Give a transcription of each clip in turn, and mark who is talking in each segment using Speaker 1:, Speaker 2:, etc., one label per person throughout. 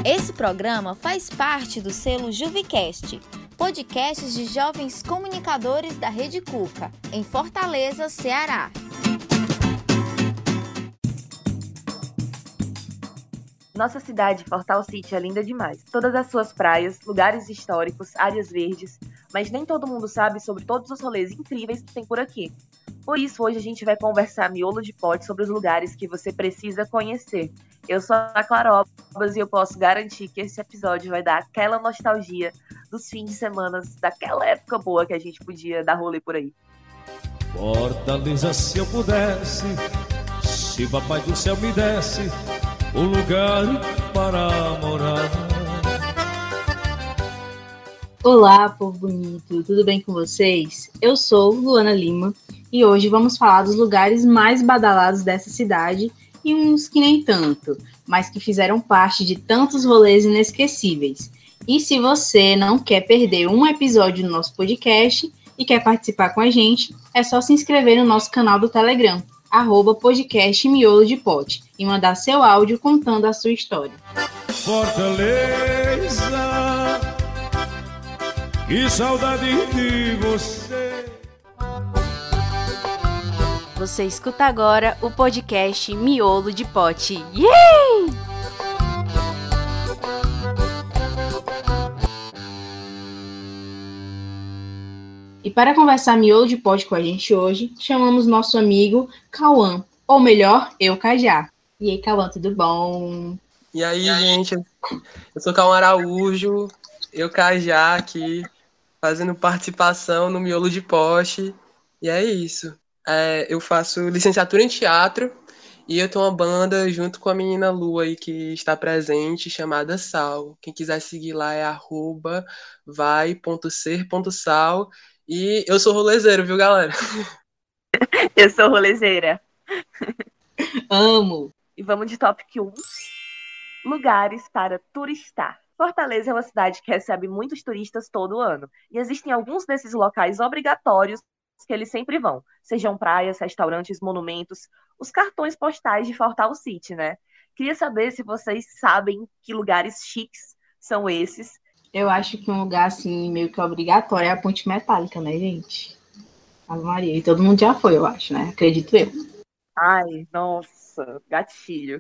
Speaker 1: Esse programa faz parte do selo Juvicast, podcasts de jovens comunicadores da Rede Cuca, em Fortaleza, Ceará.
Speaker 2: Nossa cidade, Fortal City, é linda demais. Todas as suas praias, lugares históricos, áreas verdes, mas nem todo mundo sabe sobre todos os rolês incríveis que tem por aqui. Por isso, hoje a gente vai conversar miolo de pote sobre os lugares que você precisa conhecer. Eu sou a Clarobas e eu posso garantir que esse episódio vai dar aquela nostalgia dos fins de semana, daquela época boa que a gente podia dar rolê por aí.
Speaker 3: Fortaleza, se eu pudesse, se o papai do céu me desse um lugar para morar.
Speaker 4: Olá, povo bonito, tudo bem com vocês? Eu sou Luana Lima e hoje vamos falar dos lugares mais badalados dessa cidade e uns que nem tanto, mas que fizeram parte de tantos rolês inesquecíveis. E se você não quer perder um episódio do nosso podcast e quer participar com a gente, é só se inscrever no nosso canal do Telegram, @podcast Miolo de Pote, e mandar seu áudio contando a sua história.
Speaker 3: Fortaleza, que saudade de você.
Speaker 1: Você escuta agora o podcast Miolo de Pote. Yay!
Speaker 4: E para conversar miolo de pote com a gente hoje, chamamos nosso amigo Cauã, ou melhor, eu Cajá. E aí, Cauã, tudo bom?
Speaker 5: E aí, gente, eu sou Cauã Araújo, eu Cajá aqui, fazendo participação no Miolo de Pote. E é isso. Eu faço licenciatura em teatro e eu tenho uma banda junto com a menina Lu aí que está presente, chamada Sal. Quem quiser seguir lá é @vai.ser.sal. E eu sou rolezeiro, viu, galera?
Speaker 2: Eu sou rolezeira.
Speaker 4: Amo!
Speaker 2: E vamos de tópico 1. Lugares para turistar. Fortaleza é uma cidade que recebe muitos turistas todo ano. E existem alguns desses locais obrigatórios que eles sempre vão. Sejam praias, restaurantes, monumentos, os cartões postais de Fortal City, né? Queria saber se vocês sabem que lugares chiques são esses.
Speaker 4: Eu acho que um lugar, assim, meio que obrigatório é a Ponte Metálica, né, gente? Ave Maria. E todo mundo já foi, eu acho, né? Acredito eu.
Speaker 2: Ai, nossa, gatilho.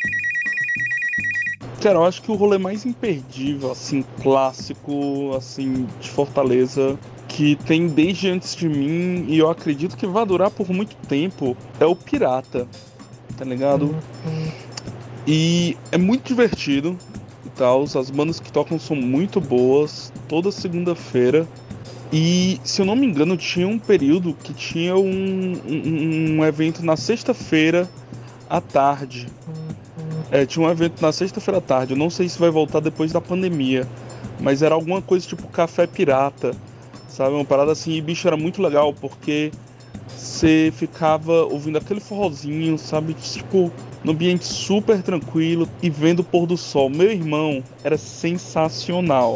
Speaker 6: Cara, eu acho que o rolê mais imperdível, assim, clássico, assim, de Fortaleza, que tem desde antes de mim, e eu acredito que vai durar por muito tempo, é o Pirata, tá ligado? E é muito divertido e tal, as bandas que tocam são muito boas, toda segunda-feira. E, se eu não me engano, tinha um período que tinha um evento na sexta-feira à tarde. Tinha um evento na sexta-feira à tarde. Eu não sei se vai voltar depois da pandemia, mas era alguma coisa tipo Café Pirata, sabe? Uma parada assim, e bicho, era muito legal, porque você ficava ouvindo aquele forrozinho, sabe? Tipo, num ambiente super tranquilo e vendo o pôr do sol. Meu irmão, era sensacional.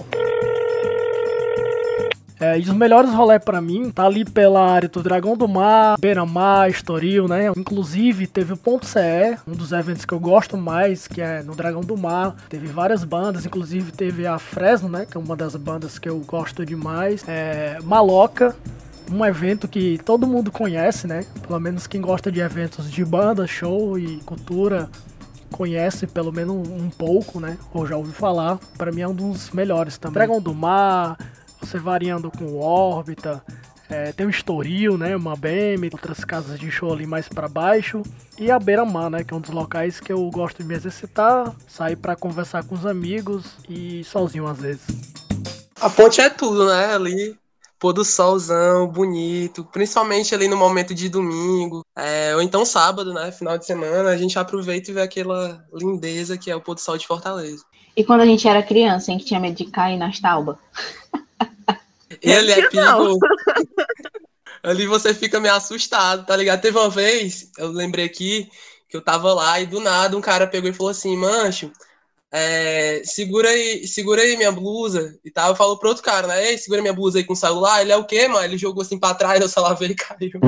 Speaker 7: E os melhores rolês pra mim tá ali pela área do Dragão do Mar, Beira-Mar, Estoril, né? Inclusive teve o Ponto CE, um dos eventos que eu gosto mais, que é no Dragão do Mar. Teve várias bandas, inclusive teve a Fresno, né? Que é uma das bandas que eu gosto demais. Maloca, um evento que todo mundo conhece, né? Pelo menos quem gosta de eventos de banda, show e cultura conhece pelo menos um pouco, né? Ou já ouviu falar. Pra mim é um dos melhores também. Dragão do Mar, você variando com Órbita, tem o Estoril, né, uma BM, outras casas de show ali mais pra baixo, e a Beira-Mar, né, que é um dos locais que eu gosto de me exercitar, sair pra conversar com os amigos e sozinho às vezes.
Speaker 5: A ponte é tudo, né, ali, pôr do solzão, bonito, principalmente ali no momento de domingo, ou então sábado, né, final de semana, a gente aproveita e vê aquela lindeza que é o pôr do sol de Fortaleza.
Speaker 4: E quando a gente era criança, hein, que tinha medo de cair nas taubas?
Speaker 5: Ele é perigoso. Ali você fica meio assustado, tá ligado? Teve uma vez, eu lembrei aqui, que eu tava lá e do nada um cara pegou e falou assim, mancho, segura aí minha blusa e tal. Falou pro outro cara, né? Ei, segura minha blusa aí com o celular. Ele é o quê, mano? Ele jogou assim pra trás, o celular veio e caiu.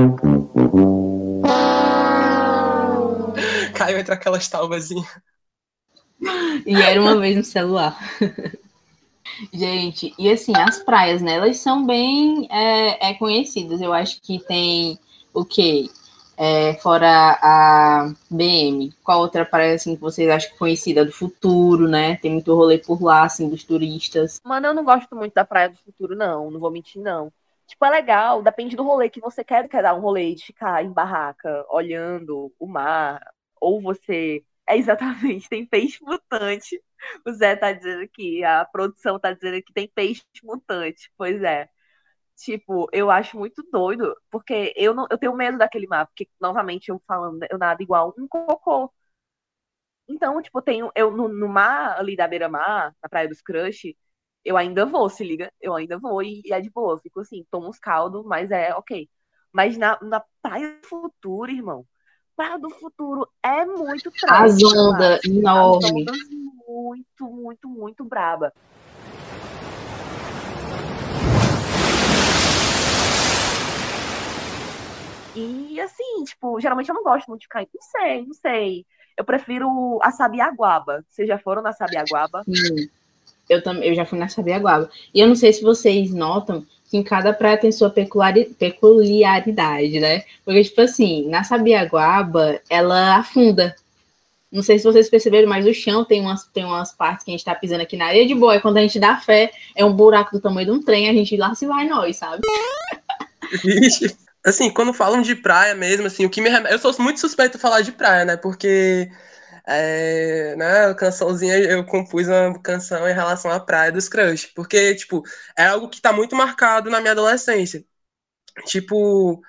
Speaker 5: Caiu entre aquelas taubazinhas.
Speaker 4: E era uma vez no celular. Gente, e assim, as praias, né? Elas são bem conhecidas. Eu acho que tem o quê? Fora a BM, qual outra praia assim que vocês acham conhecida do futuro, né? Tem muito rolê por lá, assim, dos turistas.
Speaker 2: Mano, eu não gosto muito da Praia do Futuro, não vou mentir, não. Tipo, é legal, depende do rolê que você quer dar um rolê de ficar em barraca, olhando o mar, ou você. É exatamente, tem peixe mutante. O Zé tá dizendo aqui, a produção tá dizendo que tem peixe mutante. Pois é. Tipo, eu acho muito doido, porque eu tenho medo daquele mar, porque, novamente, eu falando, eu nado igual um cocô. Então, tipo, eu no mar ali da beira-mar, na Praia dos Crush, eu ainda vou, se liga, eu ainda vou e é de boa, eu fico assim, tomo uns caldos, mas é ok. Mas na Praia do Futuro, irmão, Praia do Futuro é muito
Speaker 4: As
Speaker 2: trash, mano.
Speaker 4: ondas
Speaker 2: As
Speaker 4: enormes.
Speaker 2: ondas muito, muito, muito braba. E assim, tipo, geralmente eu não gosto muito de ficar. Não sei. Eu prefiro a Sabiaguaba. Vocês já foram na Sabiaguaba?
Speaker 4: Eu já fui na Sabiaguaba. E eu não sei se vocês notam que em cada praia tem sua peculiaridade, né? Porque, tipo assim, na Sabiaguaba, ela afunda. Não sei se vocês perceberam, mas o chão tem umas partes que a gente tá pisando aqui na areia de boa. E quando a gente dá fé, é um buraco do tamanho de um trem, a gente lá se vai nós, sabe?
Speaker 5: Vixe. Assim, quando falam de praia mesmo, assim, o que me remete... Eu sou muito suspeito de falar de praia, né? Porque, né, a cançãozinha, eu compus uma canção em relação à praia dos crush. Porque, tipo, é algo que tá muito marcado na minha adolescência. Tipo,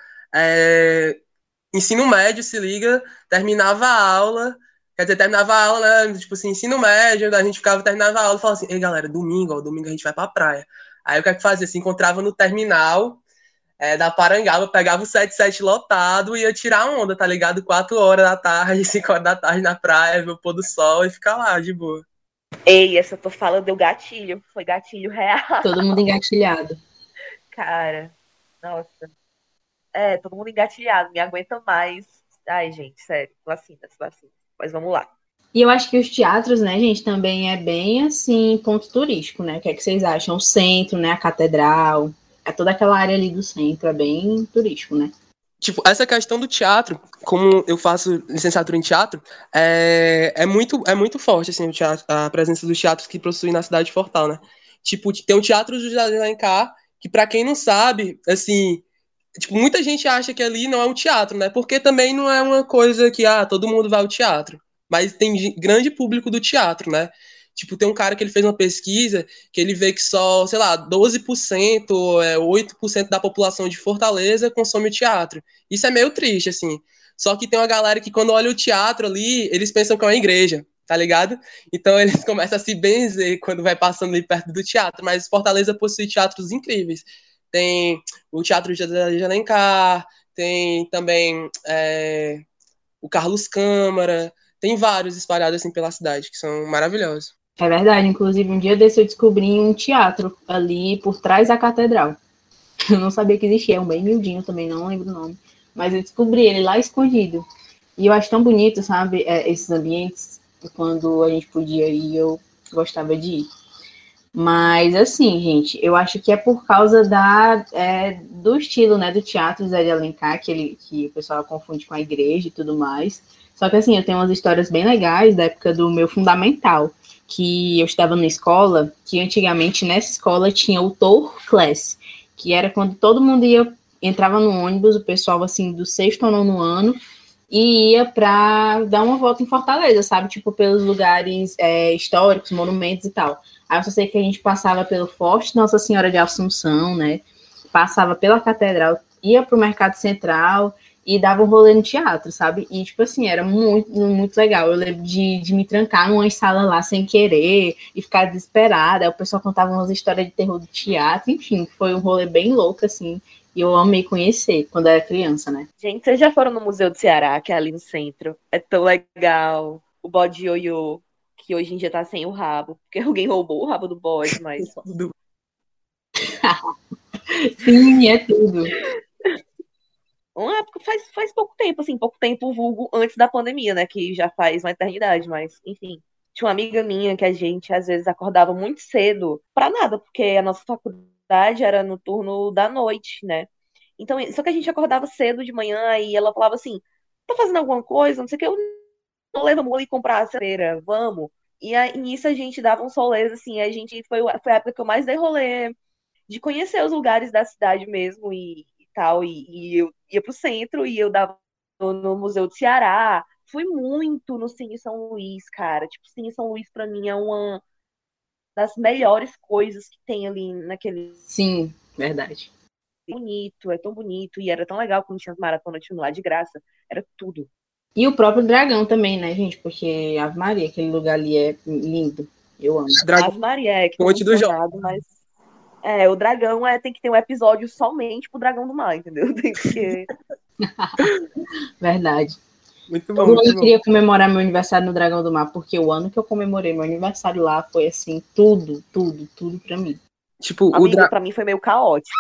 Speaker 5: ensino médio, se liga, terminava a aula, quer dizer, terminava a aula, né? Tipo assim, ensino médio, a gente terminava a aula e falava assim, ei, galera, domingo a gente vai pra praia. Aí o que é que fazia? Se encontrava no terminal da Parangaba, pegava o 77 lotado e ia tirar onda, tá ligado? 4 horas da tarde, 5 horas da tarde na praia, ver o pôr do sol e ficar lá, de boa.
Speaker 2: Ei, essa tua fala deu gatilho. Foi gatilho real.
Speaker 4: Todo mundo engatilhado.
Speaker 2: Cara, nossa. Todo mundo engatilhado, me aguenta mais. Ai, gente, sério, vacinas. Mas vamos lá.
Speaker 4: E eu acho que os teatros, né, gente, também é bem, assim, ponto turístico, né? O que é que vocês acham? O centro, né, a catedral, toda aquela área ali do centro é bem turístico, né?
Speaker 5: Tipo, essa questão do teatro, como eu faço licenciatura em teatro, é muito forte, assim, a presença dos teatros que possuem na cidade de Fortal, né? Tipo, tem o Teatro do José de Alencar, que pra quem não sabe, assim, tipo, muita gente acha que ali não é um teatro, né? Porque também não é uma coisa que, todo mundo vai ao teatro. Mas tem grande público do teatro, né? Tipo, tem um cara que ele fez uma pesquisa que ele vê que só, sei lá, 12%, 8% da população de Fortaleza consome o teatro. Isso é meio triste, assim. Só que tem uma galera que quando olha o teatro ali, eles pensam que é uma igreja, tá ligado? Então eles começam a se benzer quando vai passando ali perto do teatro. Mas Fortaleza possui teatros incríveis. Tem o Teatro José de Alencar, tem também o Carlos Câmara, tem vários espalhados assim pela cidade, que são maravilhosos.
Speaker 4: É verdade, inclusive um dia desse eu descobri um teatro ali por trás da catedral. Eu não sabia que existia, é um bem miudinho também, não lembro o nome. Mas eu descobri ele lá escondido. E eu acho tão bonito, sabe, esses ambientes, quando a gente podia ir, eu gostava de ir. Mas, assim, gente, eu acho que é por causa do estilo, né, do teatro Zé de Alencar, que o pessoal confunde com a igreja e tudo mais. Só que, assim, eu tenho umas histórias bem legais da época do meu fundamental, que eu estava na escola, que antigamente nessa escola tinha o Tour Class, que era quando todo mundo entrava no ônibus, o pessoal, assim, do sexto ao nono ano, e ia para dar uma volta em Fortaleza, sabe? Tipo, pelos lugares históricos, monumentos e tal. Aí eu só sei que a gente passava pelo Forte Nossa Senhora de Assunção, né? Passava pela Catedral, ia pro Mercado Central e dava um rolê no teatro, sabe? E, tipo assim, era muito, muito legal. Eu lembro de me trancar numa sala lá sem querer e ficar desesperada. Aí o pessoal contava umas histórias de terror do teatro. Enfim, foi um rolê bem louco, assim. E eu amei conhecer quando era criança, né?
Speaker 2: Gente, vocês já foram no Museu do Ceará, que é ali no centro? É tão legal. O bode ioiô, que hoje em dia tá sem o rabo, porque alguém roubou o rabo do bode, mas...
Speaker 4: Sim, é tudo.
Speaker 2: Uma época faz pouco tempo, assim, pouco tempo vulgo antes da pandemia, né? Que já faz uma eternidade, mas, enfim. Tinha uma amiga minha que a gente às vezes acordava muito cedo pra nada, porque a nossa faculdade era no turno da noite, né? Então, só que a gente acordava cedo de manhã e ela falava assim: tá fazendo alguma coisa? Não sei o que, eu não levo, vamos ali comprar a cera, vamos. E aí, nisso a gente dava uns rolês, assim, a gente foi a época que eu mais dei rolê de conhecer os lugares da cidade mesmo e tal. E eu ia pro centro e eu dava no Museu do Ceará. Fui muito no Cine São Luís, cara. Tipo, Cine São Luís pra mim é uma das melhores coisas que tem ali naquele.
Speaker 4: Sim, verdade.
Speaker 2: Bonito, é tão bonito. E era tão legal quando tinha as maratonas, tinha lá de graça. Era tudo.
Speaker 4: E o próprio Dragão também, né, gente? Porque Ave Maria, aquele lugar ali é lindo. Eu amo.
Speaker 5: Dragão,
Speaker 2: Ave Maria, é que tô
Speaker 5: Ponte do Jó.
Speaker 2: emocionado, mas. O dragão tem que ter um episódio somente pro Dragão do Mar, entendeu? Tem que.
Speaker 4: Verdade.
Speaker 5: Muito bom,
Speaker 4: Eu
Speaker 5: muito bom.
Speaker 4: queria comemorar meu aniversário no Dragão do Mar, porque o ano que eu comemorei meu aniversário lá foi assim, tudo, tudo, tudo pra mim.
Speaker 5: Tipo,
Speaker 2: Amigo, pra mim foi meio caótico.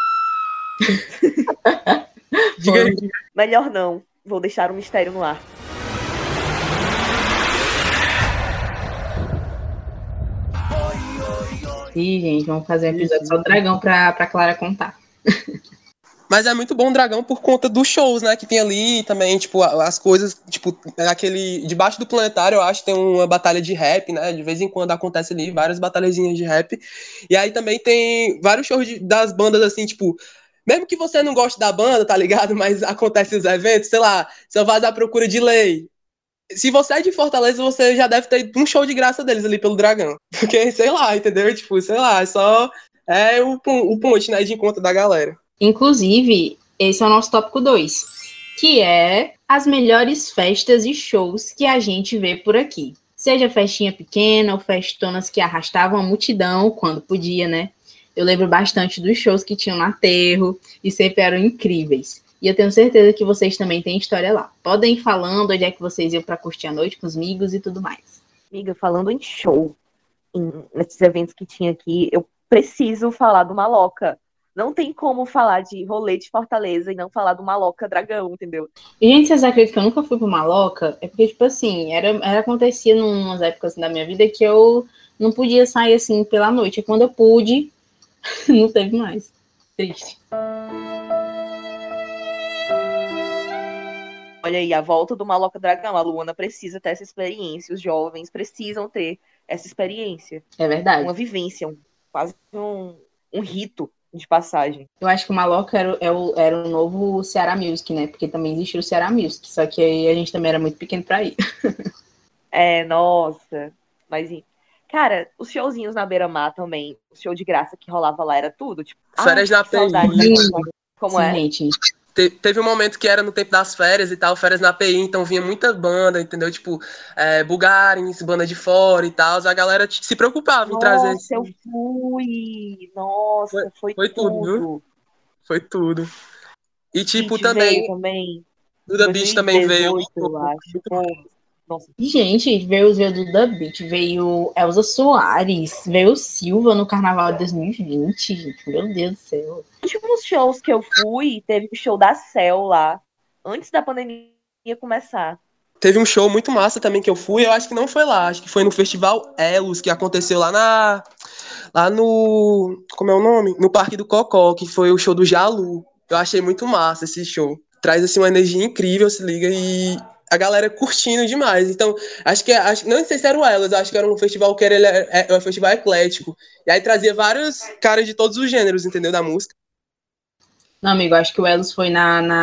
Speaker 5: Diga aí.
Speaker 2: Melhor não. Vou deixar um mistério no ar.
Speaker 4: E, gente, vamos fazer um episódio só do Dragão pra Clara contar.
Speaker 5: Mas é muito bom o Dragão por conta dos shows, né, que tem ali também, tipo, as coisas, tipo, aquele, debaixo do planetário, eu acho que tem uma batalha de rap, né, de vez em quando acontece ali várias batalhazinhas de rap, e aí também tem vários shows das bandas, assim, tipo, mesmo que você não goste da banda, tá ligado, mas acontecem os eventos, sei lá, você vai à procura de lei. Se você é de Fortaleza, você já deve ter ido pra um show de graça deles ali pelo Dragão, porque, sei lá, entendeu, tipo, sei lá, é só o ponte, né, de encontro da galera.
Speaker 4: Inclusive, esse é o nosso tópico 2, que é as melhores festas e shows que a gente vê por aqui. Seja festinha pequena ou festonas que arrastavam a multidão quando podia, né? Eu lembro bastante dos shows que tinham no aterro e sempre eram incríveis. E eu tenho certeza que vocês também têm história lá. Podem ir falando onde é que vocês iam para curtir a noite com os amigos e tudo mais.
Speaker 2: Amiga, falando em show, nesses eventos que tinha aqui, eu preciso falar do Maloca. Não tem como falar de rolê de Fortaleza e não falar do Maloca Dragão, entendeu?
Speaker 4: E, gente, vocês acreditam que eu nunca fui pro Maloca? É porque, tipo assim, acontecia em umas épocas assim, da minha vida que eu não podia sair assim pela noite. E quando eu pude, não teve mais. Triste.
Speaker 2: Olha aí, a volta do Maloca Dragão. A Luana precisa ter essa experiência. Os jovens precisam ter essa experiência.
Speaker 4: É verdade.
Speaker 2: Uma vivência, quase um rito de passagem.
Speaker 4: Eu acho que o Maloca era o novo Ceará Music, né? Porque também existiu o Ceará Music. Só que aí a gente também era muito pequeno pra ir.
Speaker 2: Nossa. Mas, cara, os showzinhos na Beira-Mar também, o show de graça que rolava lá era tudo. Tipo,
Speaker 5: Férias na
Speaker 2: que saudade. Como
Speaker 4: Sim,
Speaker 2: é?
Speaker 4: gente.
Speaker 5: Teve um momento que era no tempo das férias e tal, férias na API, então vinha muita banda, entendeu? Tipo, Bulgarins, banda de fora e tal. A galera se preocupava em trazer.
Speaker 2: Nossa, eu fui! Nossa, foi
Speaker 5: Foi tudo, viu?
Speaker 2: tudo.
Speaker 5: Foi tudo. E tipo,
Speaker 2: Beat veio
Speaker 5: também,
Speaker 2: também,
Speaker 5: Duda Beat também veio.
Speaker 2: 2018, eu acho. Pô, nossa.
Speaker 4: Gente, veio o do The Beat, veio Elza Soares, veio o Silva no Carnaval de 2020, gente. Meu Deus do céu.
Speaker 2: Os últimos shows que eu fui, teve o show da Cell lá, antes da pandemia começar.
Speaker 5: Teve um show muito massa também que eu fui, eu acho que não foi lá, acho que foi no Festival Elos, que aconteceu lá no, como é o nome? No Parque do Cocó, que foi o show do Jalu. Eu achei muito massa esse show. Traz, assim, uma energia incrível, se liga, e a galera curtindo demais. Então, não sei se era o Elos, acho que era um festival que era um festival eclético. E aí trazia vários caras de todos os gêneros, entendeu, da música.
Speaker 4: Não, amigo, acho que o Elos foi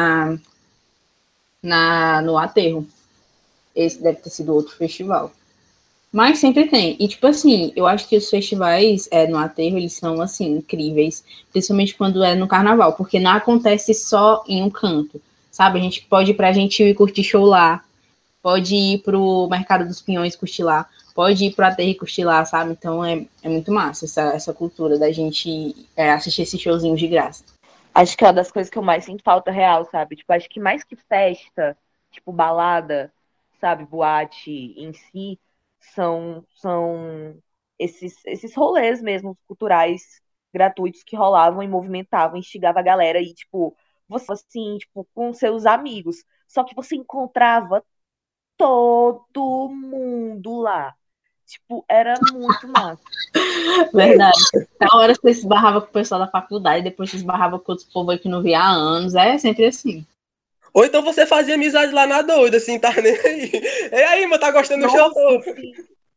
Speaker 4: no aterro. Esse deve ter sido outro festival. Mas sempre tem. E, tipo assim, eu acho que os festivais no aterro, eles são, assim, incríveis. Principalmente quando é no carnaval. Porque não acontece só em um canto, sabe? A gente pode ir pra gente ir curtir show lá. Pode ir pro Mercado dos Pinhões curtir lá. Pode ir pro aterro e curtir lá, sabe? Então, é muito massa essa cultura da gente assistir esses showzinhos de graça.
Speaker 2: Acho que é uma das coisas que eu mais sinto falta real, sabe? Tipo, acho que mais que festa, tipo, balada, sabe? Boate em si, são esses rolês mesmo, culturais, gratuitos que rolavam e movimentavam, instigava a galera e, tipo, você assim, tipo, com seus amigos. Só que você encontrava todo mundo lá. Tipo, era muito massa.
Speaker 4: Verdade. Na hora você se esbarrava com o pessoal da faculdade, depois você esbarrava com outros povos aí que não via há anos. É sempre assim.
Speaker 5: Ou então você fazia amizade lá na doida, assim, tá nem aí. E aí, mano, tá gostando do show?
Speaker 2: Nossa, sim.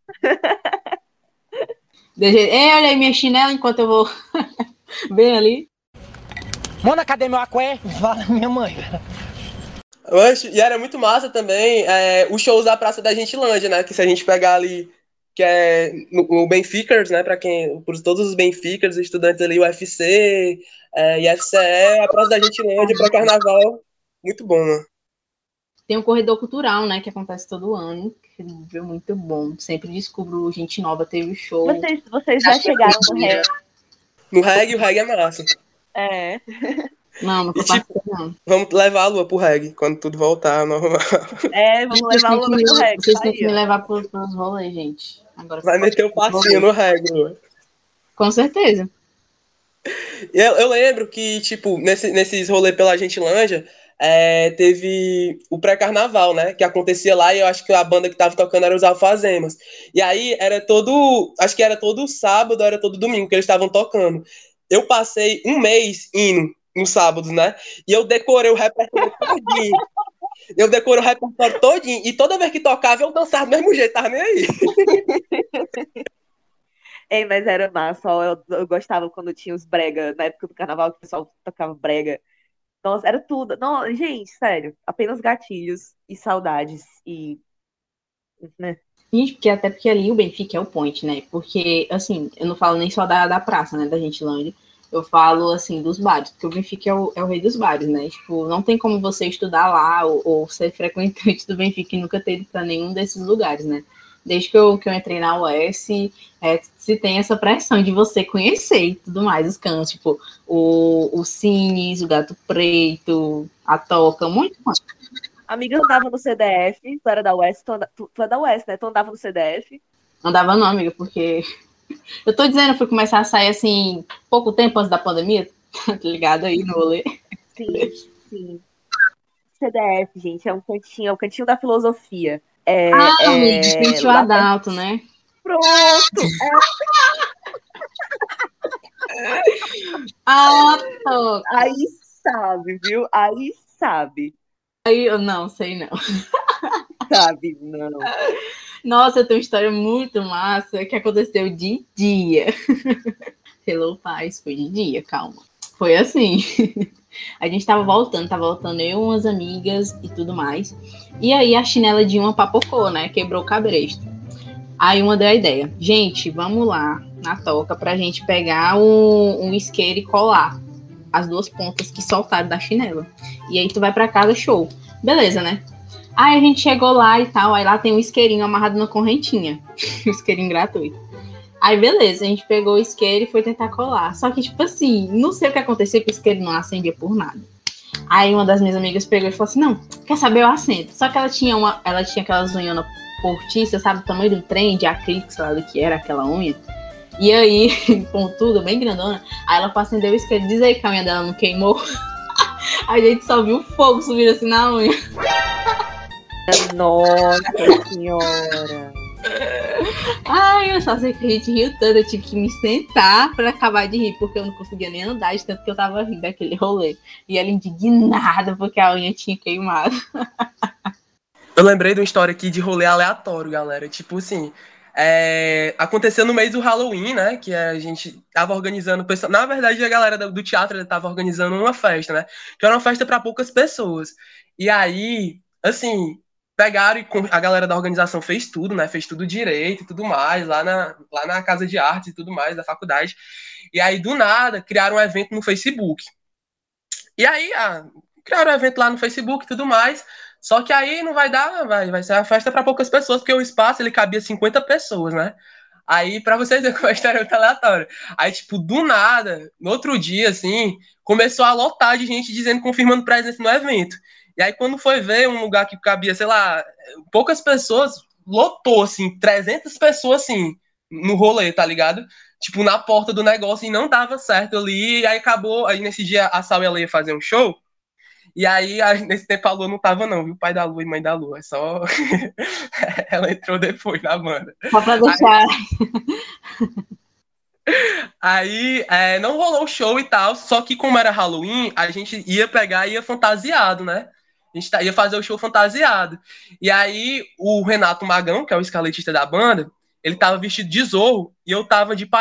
Speaker 4: Ei, olha aí minha chinela enquanto eu vou bem ali.
Speaker 8: Mona, cadê meu aqué? Fala, minha mãe.
Speaker 5: E era muito massa também os shows da Praça da Gentilândia, né? Que se a gente pegar ali, que é no Benficers, né? Por todos os Benficers, estudantes ali, UFC, IFCE, a Praça da Gentilândia para carnaval. Muito bom, mano.
Speaker 4: Tem um corredor cultural, né? Que acontece todo ano. Incrível, muito bom. Sempre descubro gente nova, teve show.
Speaker 2: Vocês já chegaram no reggae?
Speaker 5: No reggae, o reggae é massa.
Speaker 2: É.
Speaker 4: Não, não
Speaker 5: tipo, não. Vamos levar a Lua pro reggae, quando tudo voltar ao normal.
Speaker 2: Vamos levar a Lua pro reggae.
Speaker 4: Vocês têm que me levar pros rolês, gente. Agora
Speaker 5: vai meter o passinho no reggae, Lua.
Speaker 4: Com certeza.
Speaker 5: Eu lembro que, tipo, nesses rolês pela Gentilândia, teve o pré-carnaval, né? Que acontecia lá e eu acho que a banda que tava tocando era os Alfazemas. E aí acho que era todo sábado, era todo domingo que eles estavam tocando. Eu passei um mês indo nos sábados, né? E eu decorei o repertório todinho. E toda vez que tocava, eu dançava do mesmo jeito, tava nem aí.
Speaker 2: Mas era massa. Eu gostava quando tinha os brega, na época do carnaval, que o pessoal tocava brega. Nossa, era tudo. Não, gente, sério. Apenas gatilhos e saudades. Né?
Speaker 4: Gente, porque ali o Benfica é o point, né? Porque, assim, eu não falo nem só da praça, né? Da Gentilândia. Eu falo, assim, dos bares. Porque o Benfica é o rei dos bares, né? Tipo, não tem como você estudar lá ou ser frequentante do Benfica e nunca ter ido pra nenhum desses lugares, né? Desde que eu entrei na UES, se tem essa pressão de você conhecer e tudo mais, os cantos, tipo, o Cines, o Gato Preto, a Toca, muito mais.
Speaker 2: Amiga, eu andava no CDF, tu era da UES, tu é da UES, né? Tu andava no CDF?
Speaker 4: Andava não, amiga, porque eu tô dizendo, eu fui começar a sair, assim, pouco tempo antes da pandemia, tá ligado aí no rolê?
Speaker 2: Sim. CDF, gente, é o cantinho da filosofia.
Speaker 4: Amiga, cantinho adalto, né?
Speaker 2: Pronto! Aí sabe, viu? Aí sabe.
Speaker 4: Aí eu não sei não.
Speaker 2: Sabe, não.
Speaker 4: Nossa, eu tenho uma história muito massa que aconteceu de dia. Hello, paz, foi de dia, calma. Foi assim. A gente tava voltando eu e umas amigas e tudo mais. E aí a chinela de uma papocou, né? Quebrou o cabresto. Aí uma deu a ideia. Gente, vamos lá na Toca pra gente pegar um isqueiro e colar as duas pontas que soltaram da chinela. E aí tu vai pra casa, show. Beleza, né? Aí a gente chegou lá e tal. Aí lá tem um isqueirinho amarrado na correntinha. Um isqueirinho gratuito. Aí beleza, a gente pegou o isqueiro e foi tentar colar. Só que, tipo assim, não sei o que aconteceu, que o isqueiro não acendia por nada. Aí uma das minhas amigas pegou e falou assim, não, quer saber, eu acendo. Só que ela tinha aquelas unhonas portiças, sabe, o tamanho do trem, de acrílico, sei lá do que era aquela unha. E aí, com tudo, bem grandona, aí ela acendeu o isqueiro, diz aí que a unha dela não queimou. A gente só viu o fogo subindo assim na unha.
Speaker 2: Nossa senhora.
Speaker 4: Ai, eu só sei que a gente riu tanto, eu tive que me sentar pra acabar de rir, porque eu não conseguia nem andar, de tanto que eu tava rindo daquele rolê. E ela indignada porque a unha tinha queimado.
Speaker 5: Eu lembrei de uma história aqui de rolê aleatório, galera. Tipo assim, aconteceu no mês do Halloween, né? Que a gente tava organizando. Na verdade, a galera do teatro tava organizando uma festa, né? Que era uma festa para poucas pessoas. E aí, assim, pegaram e a galera da organização fez tudo, né? Fez tudo direito e tudo mais, lá na Casa de Artes e tudo mais, da faculdade. E aí, do nada, criaram um evento no Facebook. E aí, criaram um evento lá no Facebook e tudo mais. Só que aí não vai dar, vai ser uma festa para poucas pessoas, porque o espaço ele cabia 50 pessoas, né? Aí, pra vocês verem como a história é muito aleatória. Aí, tipo, do nada, no outro dia, assim, começou a lotar de gente dizendo, confirmando presença no evento. E aí, quando foi ver um lugar que cabia, sei lá, poucas pessoas, lotou, assim, 300 pessoas, assim, no rolê, tá ligado? Tipo, na porta do negócio, e não dava certo ali. E aí acabou, aí nesse dia a Sal ia fazer um show. E aí, nesse tempo, a Lua não tava, não, viu? Pai da Lua e mãe da Lua. É só. Ela entrou depois na banda.
Speaker 4: Só pra deixar.
Speaker 5: Aí não rolou o show e tal, só que como era Halloween, a gente ia pegar e ia fantasiado, né? A gente ia fazer o show fantasiado. E aí o Renato Magão, que é o escaletista da banda, ele tava vestido de Zorro e eu tava de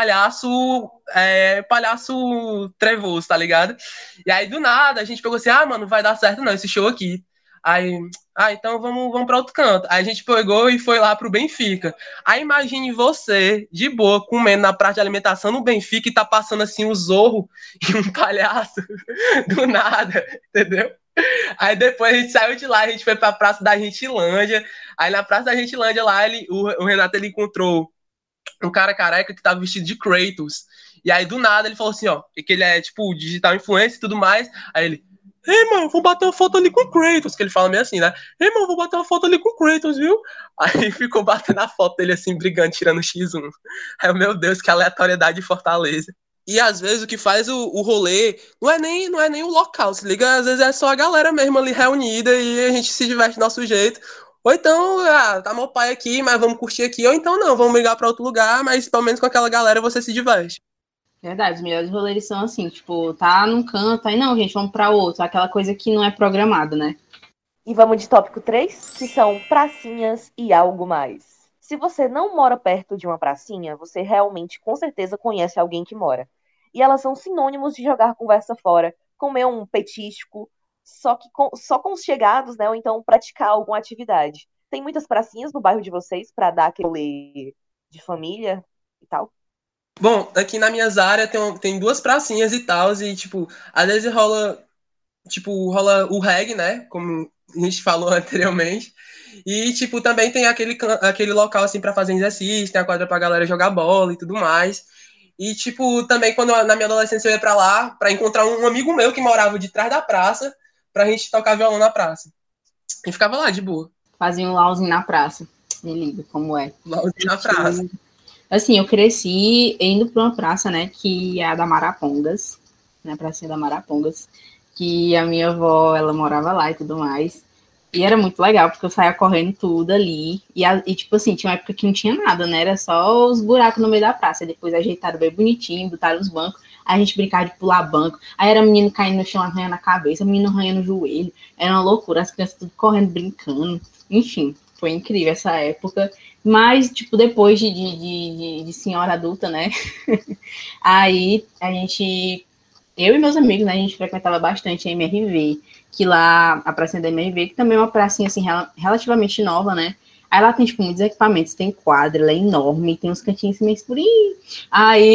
Speaker 5: palhaço trevoso, tá ligado? E aí do nada a gente pegou assim, mano, não vai dar certo não esse show aqui. Aí, então vamos para outro canto. Aí a gente pegou e foi lá pro Benfica. Aí imagine você, de boa, comendo na praça de alimentação no Benfica e tá passando assim um Zorro e um palhaço do nada, entendeu? Aí depois a gente saiu de lá, a gente foi pra Praça da Gentilândia. Aí na Praça da Gentilândia lá, o Renato ele encontrou um cara careca que tava vestido de Kratos. E aí do nada ele falou assim, ó, que ele é tipo digital influencer e tudo mais. Aí ele, ei, mano, vou bater uma foto ali com o Kratos, que ele fala meio assim, né? Ei, mano, vou bater uma foto ali com o Kratos, viu? Aí ficou batendo a foto dele assim, brigando, tirando X1. Aí, meu Deus, que aleatoriedade de Fortaleza. E às vezes o que faz o rolê não é nem o local, se liga? Às vezes é só a galera mesmo ali reunida e a gente se diverte do nosso jeito. Ou então, tá meu pai aqui, mas vamos curtir aqui. Ou então não, vamos ligar pra outro lugar, mas pelo menos com aquela galera você se diverte.
Speaker 4: Verdade, os melhores rolês são assim, tipo, tá num canto, aí não, gente, vamos pra outro. Aquela coisa que não é programada, né?
Speaker 2: E vamos de tópico 3, que são pracinhas e algo mais. Se você não mora perto de uma pracinha, você realmente, com certeza, conhece alguém que mora. E elas são sinônimos de jogar conversa fora, comer um petisco, só com os chegados, né? Ou então praticar alguma atividade. Tem muitas pracinhas no bairro de vocês para dar aquele rolê de família e tal?
Speaker 5: Bom, aqui na minhas áreas tem duas pracinhas e tal, e, tipo, às vezes rola o reggae, né? Como a gente falou anteriormente. E, tipo, também tem aquele local, assim, pra fazer exercício, tem a quadra pra galera jogar bola e tudo mais. E, tipo, também na minha adolescência eu ia pra lá pra encontrar um amigo meu que morava de trás da praça pra gente tocar violão na praça. E ficava lá, de boa.
Speaker 4: Fazia um lauzinho na praça. Me liga como é.
Speaker 5: Lauzinho na praça.
Speaker 4: Assim, eu cresci indo pra uma praça, né, que é a da Marapongas, né, pracinha da Marapongas, que a minha avó, ela morava lá e tudo mais. E era muito legal, porque eu saía correndo tudo ali. E tipo assim, tinha uma época que não tinha nada, né? Era só os buracos no meio da praça. Depois ajeitaram bem bonitinho, botaram os bancos. Aí a gente brincava de pular banco. Aí era menino caindo no chão, arranhando a cabeça, menino arranhando o joelho. Era uma loucura, as crianças tudo correndo, brincando. Enfim, foi incrível essa época. Mas, tipo, depois de senhora adulta, né? Aí eu e meus amigos, né, a gente frequentava bastante a MRV, que lá, a pracinha da MRV, que também é uma pracinha, assim, relativamente nova, né, aí lá tem, tipo, muitos equipamentos, tem quadra, ela é enorme, tem uns cantinhos assim, meio escurinhos, aí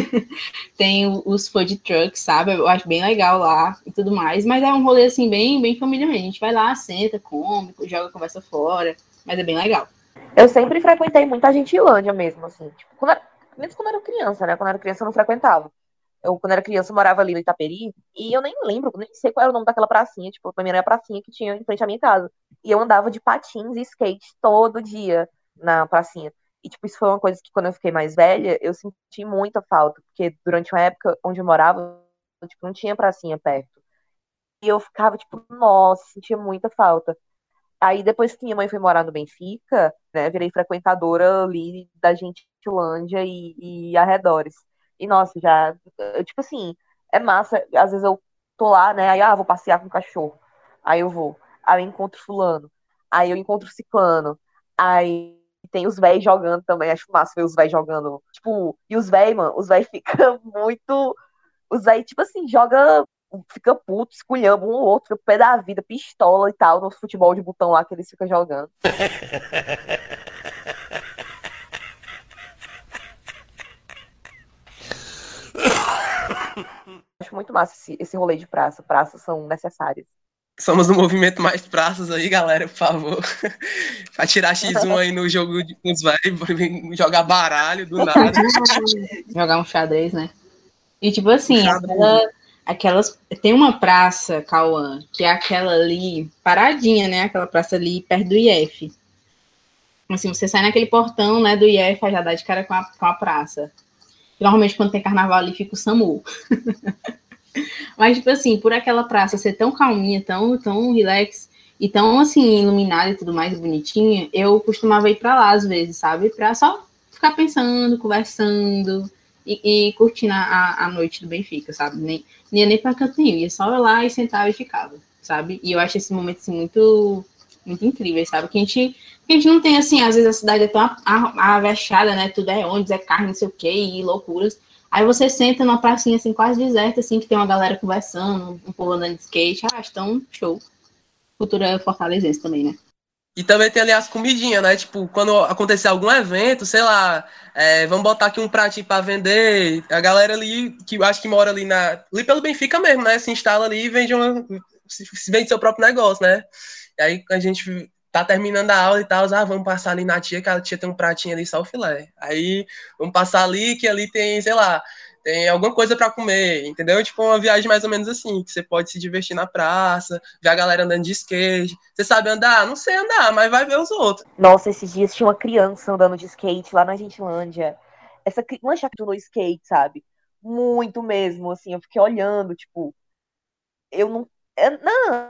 Speaker 4: tem os food trucks, sabe, eu acho bem legal lá e tudo mais, mas é um rolê, assim, bem família mesmo, a gente vai lá, senta, come, joga, conversa fora, mas é bem legal.
Speaker 2: Eu sempre frequentei muita Gentilândia mesmo, assim, tipo, mesmo quando eu era criança, né, quando eu era criança eu não frequentava. Eu, quando era criança, eu morava ali no Itaperi, e eu nem lembro, nem sei qual era o nome daquela pracinha, tipo, pra mim era a pracinha que tinha em frente à minha casa. E eu andava de patins e skate todo dia na pracinha. E, tipo, isso foi uma coisa que, quando eu fiquei mais velha, eu senti muita falta, porque durante uma época onde eu morava, tipo, não tinha pracinha perto. E eu ficava, tipo, nossa, sentia muita falta. Aí, depois que minha mãe foi morar no Benfica, né, virei frequentadora ali da Gentilândia e arredores. E, nossa, tipo assim, é massa. Às vezes eu tô lá, né, aí, vou passear com o cachorro. Aí eu vou. Aí eu encontro fulano. Aí eu encontro ciclano. Aí tem os véis jogando também. Acho massa ver os véis jogando. Tipo, e os véis, mano, os véis ficam muito... Os véis, tipo assim, fica puto, esculhamba um ou outro, fica pé da vida, pistola e tal, no futebol de botão lá que eles ficam jogando. Acho muito massa esse rolê de praça. Praças são necessárias.
Speaker 5: Somos no movimento mais praças aí, galera, por favor. Pra tirar X1 aí no jogo com os velhos, jogar baralho do nada.
Speaker 4: Jogar um xadrez, né? E tipo assim, tem uma praça, Cauã, que é aquela ali, paradinha, né? Aquela praça ali perto do IF. Assim, você sai naquele portão, né, do IF, já dá de cara com a praça. Normalmente, quando tem carnaval ali, fica o SAMU. Mas, tipo assim, por aquela praça ser tão calminha, tão relax, e tão, assim, iluminada e tudo mais, bonitinha, eu costumava ir pra lá, às vezes, sabe? Pra só ficar pensando, conversando e curtindo a noite do Benfica, sabe? Nem ia nem pra cantinho, ia só ir lá e sentava e ficava, sabe? E eu acho esse momento, assim, muito, muito incrível, sabe? Que a gente não tem, assim, às vezes a cidade é tão avexada, né? Tudo é ônibus, é carro, não sei o quê, e loucuras. Aí você senta numa pracinha, assim, quase deserta, assim, que tem uma galera conversando, um povo andando de skate. Ah, acho tão show. Cultura fortalezense também, né?
Speaker 5: E também tem ali as comidinhas, né? Tipo, quando acontecer algum evento, sei lá, vamos botar aqui um pratinho pra vender. A galera ali, que eu acho que mora ali pelo Benfica mesmo, né? Se instala ali e vende seu próprio negócio, né? E aí a gente tá terminando a aula e tal, vamos passar ali na tia, que a tia tem um pratinho ali só o filé. Aí vamos passar ali, que ali tem, sei lá, tem alguma coisa para comer, entendeu? Tipo uma viagem mais ou menos assim, que você pode se divertir na praça, ver a galera andando de skate. Você sabe andar? Não sei andar, mas vai ver os outros.
Speaker 2: Nossa, esses dias tinha uma criança andando de skate lá na Gentilândia. Essa criança no skate, sabe? Muito mesmo, assim, eu fiquei olhando, tipo, eu não. Não,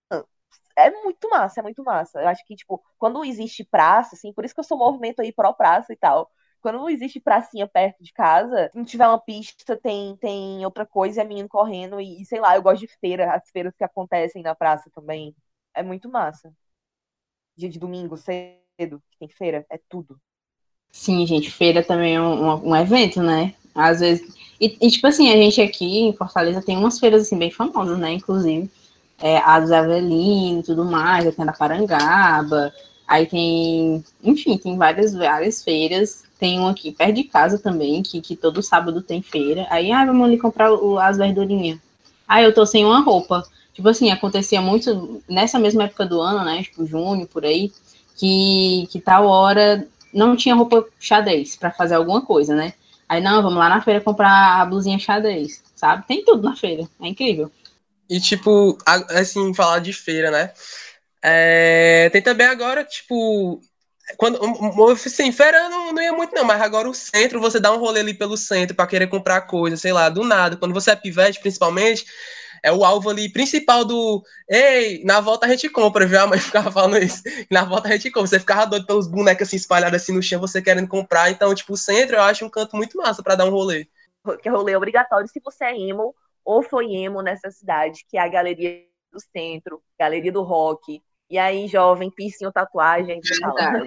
Speaker 2: é muito massa, é muito massa. Eu acho que, tipo, quando existe praça, assim, por isso que eu sou movimento aí pró-praça e tal. Quando não existe pracinha perto de casa, se não tiver uma pista, tem outra coisa, é menino correndo e sei lá, eu gosto de feira, as feiras que acontecem na praça também. É muito massa. Dia de domingo, cedo, que tem feira, é tudo.
Speaker 4: Sim, gente, feira também é um evento, né? Às vezes. E, tipo assim, a gente aqui em Fortaleza tem umas feiras, assim, bem famosas, né? Inclusive. A dos Avelino e tudo mais, tem a da Parangaba, aí tem, enfim, tem várias feiras, tem uma aqui perto de casa também, que todo sábado tem feira, aí, vamos ali comprar as verdurinhas. Eu tô sem uma roupa, tipo assim, acontecia muito nessa mesma época do ano, né, tipo junho, por aí, que tal hora não tinha roupa xadrez pra fazer alguma coisa, né, aí não, vamos lá na feira comprar a blusinha xadrez, sabe, tem tudo na feira, é incrível.
Speaker 5: E, tipo, assim, falar de feira, né? Tem também agora, tipo, assim, feira eu não ia muito não, mas agora o centro, você dá um rolê ali pelo centro pra querer comprar coisa, sei lá, do nada. Quando você é pivete, principalmente, é o alvo ali principal do ei, na volta a gente compra, viu? A mãe ficava falando isso. Na volta a gente compra. Você ficava doido pelos bonecos assim espalhados assim no chão, você querendo comprar. Então, tipo, o centro eu acho um canto muito massa pra dar um rolê.
Speaker 2: Que rolê é obrigatório se você é emo ou foi emo nessa cidade, que é a Galeria do Centro, Galeria do Rock. E aí, jovem, piercing ou tatuagem, você tá lá.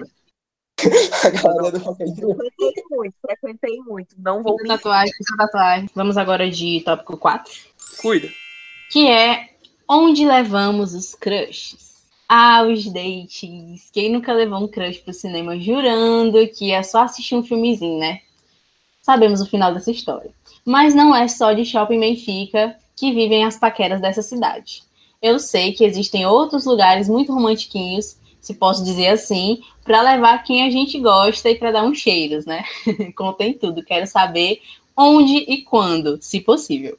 Speaker 5: A galera do
Speaker 2: Frequentei muito. Não vou
Speaker 4: mentir. Tatuagem. Vamos agora de tópico 4.
Speaker 5: Cuida.
Speaker 4: Que é onde levamos os crushes. Os dates. Quem nunca levou um crush pro cinema jurando que é só assistir um filmezinho, né? Sabemos o final dessa história. Mas não é só de Shopping Benfica que vivem as paqueras dessa cidade. Eu sei que existem outros lugares muito romantiquinhos, se posso dizer assim, para levar quem a gente gosta e para dar uns cheiros, né? Contém tudo. Quero saber onde e quando, se possível.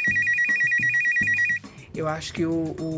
Speaker 9: Eu acho que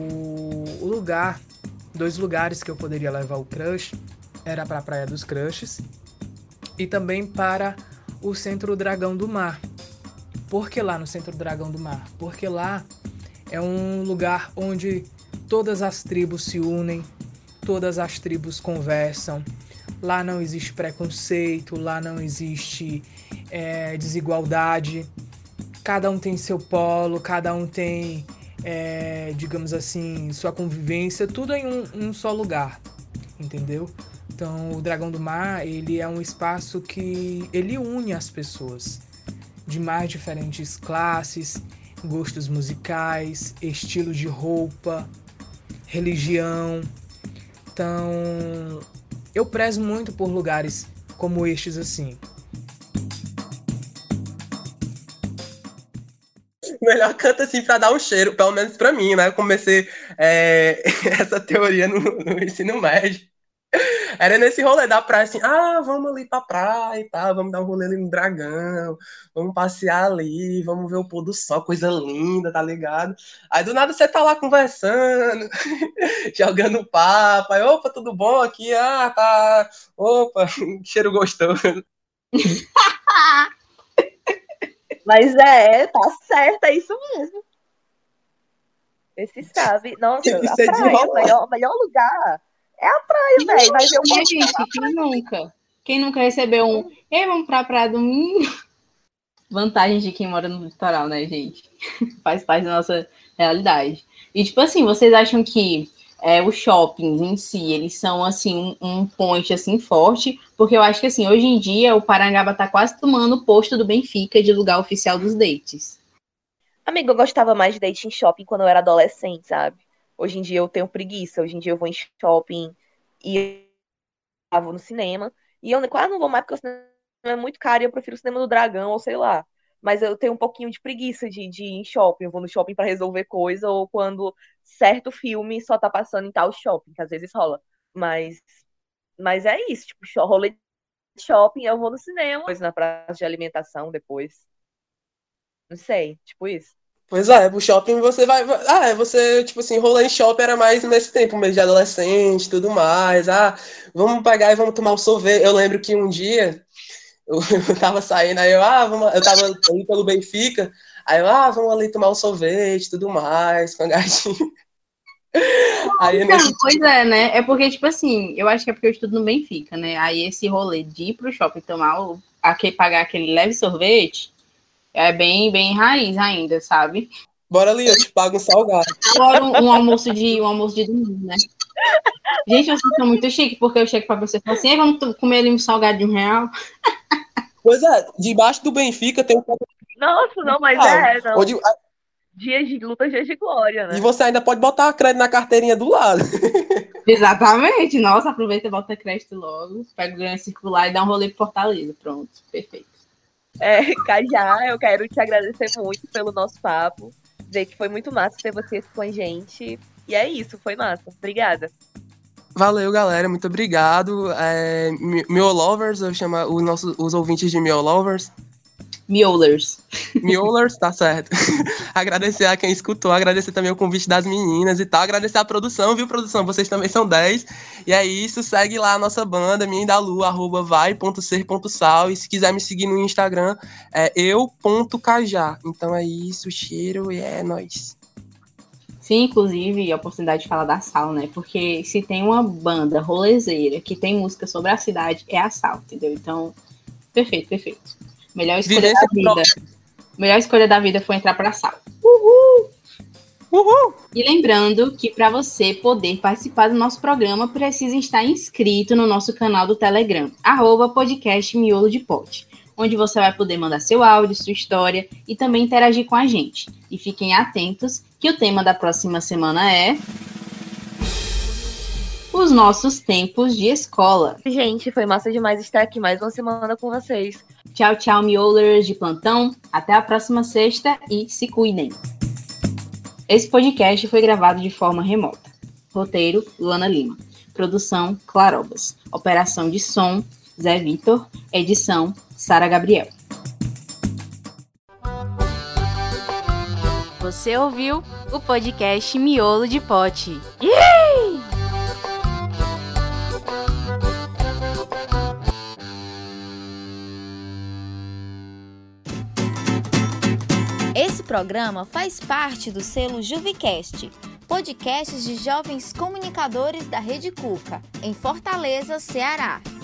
Speaker 9: dois lugares que eu poderia levar o crush era para a Praia dos Crushes e também para o Centro Dragão do Mar. Por que lá no Centro Dragão do Mar? Porque lá é um lugar onde todas as tribos se unem, todas as tribos conversam. Lá não existe preconceito, lá não existe desigualdade. Cada um tem seu polo, cada um tem, digamos assim, sua convivência, tudo em um só lugar, entendeu? Então, o Dragão do Mar, ele é um espaço que ele une as pessoas de mais diferentes classes, gostos musicais, estilo de roupa, religião. Então, eu prezo muito por lugares como estes assim.
Speaker 5: Melhor canto assim pra dar um cheiro, pelo menos pra mim, né? Eu comecei essa teoria no ensino médio. Era nesse rolê da praia, assim, vamos ali pra praia e tal, vamos dar um rolê ali no Dragão, vamos passear ali, vamos ver o pôr do sol, coisa linda, tá ligado? Aí do nada você tá lá conversando, jogando papo, aí, opa, tudo bom aqui? Tá, opa, cheiro gostoso.
Speaker 2: Mas tá certo, é isso mesmo. Esse sabe. Nossa, a
Speaker 5: Isso é de
Speaker 2: praia,
Speaker 5: rolar.
Speaker 2: o melhor lugar é a praia, velho. Vai ver o
Speaker 4: Né, gente? Quem nunca? Quem nunca recebeu um ei, vamos pra praia domingo? Vantagem de quem mora no litoral, né, gente? Faz parte da nossa realidade. E, tipo assim, vocês acham que os shoppings em si, eles são, assim, um point, assim, forte? Porque eu acho que, assim, hoje em dia, o Parangaba tá quase tomando o posto do Benfica de lugar oficial dos dates.
Speaker 2: Amigo, eu gostava mais de date em shopping quando eu era adolescente, sabe? Hoje em dia eu tenho preguiça. Hoje em dia eu vou em shopping e eu vou no cinema. E eu quase não vou mais porque o cinema é muito caro e eu prefiro o cinema do Dragão ou sei lá. Mas eu tenho um pouquinho de preguiça de ir em shopping. Eu vou no shopping pra resolver coisa ou quando certo filme só tá passando em tal shopping, que às vezes rola. Mas, mas é isso, tipo, rolê de shopping, eu vou no cinema, depois na praça de alimentação, depois. Não sei, tipo isso.
Speaker 5: Pois é, pro shopping você vai. Você, tipo assim, rolê em shopping era mais nesse tempo, mesmo de adolescente e tudo mais. Vamos pegar e vamos tomar um sorvete. Eu lembro que um dia eu tava saindo, aí eu tava ali pelo Benfica, aí vamos ali tomar um sorvete e tudo mais, com a gatinha. Aí
Speaker 4: Então,
Speaker 5: nesse
Speaker 4: pois é, né? É porque, tipo assim, eu acho que é porque eu estudo no Benfica, né? Aí esse rolê de ir pro shopping pagar aquele leve sorvete é bem, bem raiz ainda, sabe?
Speaker 5: Bora ali, eu te pago um salgado.
Speaker 4: Agora um almoço de domingo, né? Gente, vocês são muito chique, porque eu chego pra você e falo assim, vamos comer ali um salgado de R$1.
Speaker 5: Pois é, debaixo do Benfica tem um
Speaker 2: Nossa, não, mas não.
Speaker 5: onde,
Speaker 2: Dias de luta, dias de glória, né?
Speaker 5: e você ainda pode botar a crédito na carteirinha do lado.
Speaker 4: Exatamente. Nossa, aproveita e bota crédito logo, pega o ganho circular e dá um rolê pro Fortaleza. Pronto, perfeito.
Speaker 2: Cajá, eu quero te agradecer muito pelo nosso papo. Dizer que foi muito massa ter você com a gente. E é isso, foi massa. Obrigada.
Speaker 5: Valeu, galera, muito obrigado. Miolovers, eu chamo os ouvintes de Miolovers. Miolers, tá certo. Agradecer a quem escutou, agradecer também o convite das meninas e tal, agradecer a produção, viu, produção? Vocês também são 10. E é isso, segue lá a nossa banda, minha e da Lu, @vai.ser.sal. E se quiser me seguir no Instagram, é eu.cajá. Então é isso, cheiro e é nóis.
Speaker 4: Sim, inclusive, a oportunidade de falar da Sal, né? Porque se tem uma banda rolezeira que tem música sobre a cidade, é a Sal, entendeu? Então, perfeito. Melhor escolha da vida. Melhor escolha da vida foi entrar pra Sal. Uhul! E lembrando que para você poder participar do nosso programa, precisa estar inscrito no nosso canal do Telegram, @podcastmiolodepote, onde você vai poder mandar seu áudio, sua história e também interagir com a gente. E fiquem atentos que o tema da próxima semana é os nossos tempos de escola.
Speaker 2: Gente, foi massa demais estar aqui mais uma semana com vocês.
Speaker 4: Tchau, tchau, miolers de plantão. Até a próxima sexta e se cuidem. Esse podcast foi gravado de forma remota. Roteiro, Luana Lima. Produção, Clarobas. Operação de som, Zé Vitor. Edição, Sara Gabriel.
Speaker 1: Você ouviu o podcast Miolo de Pote. Yay! Esse programa faz parte do selo Juvicast, podcasts de jovens comunicadores da Rede Cuca, em Fortaleza, Ceará.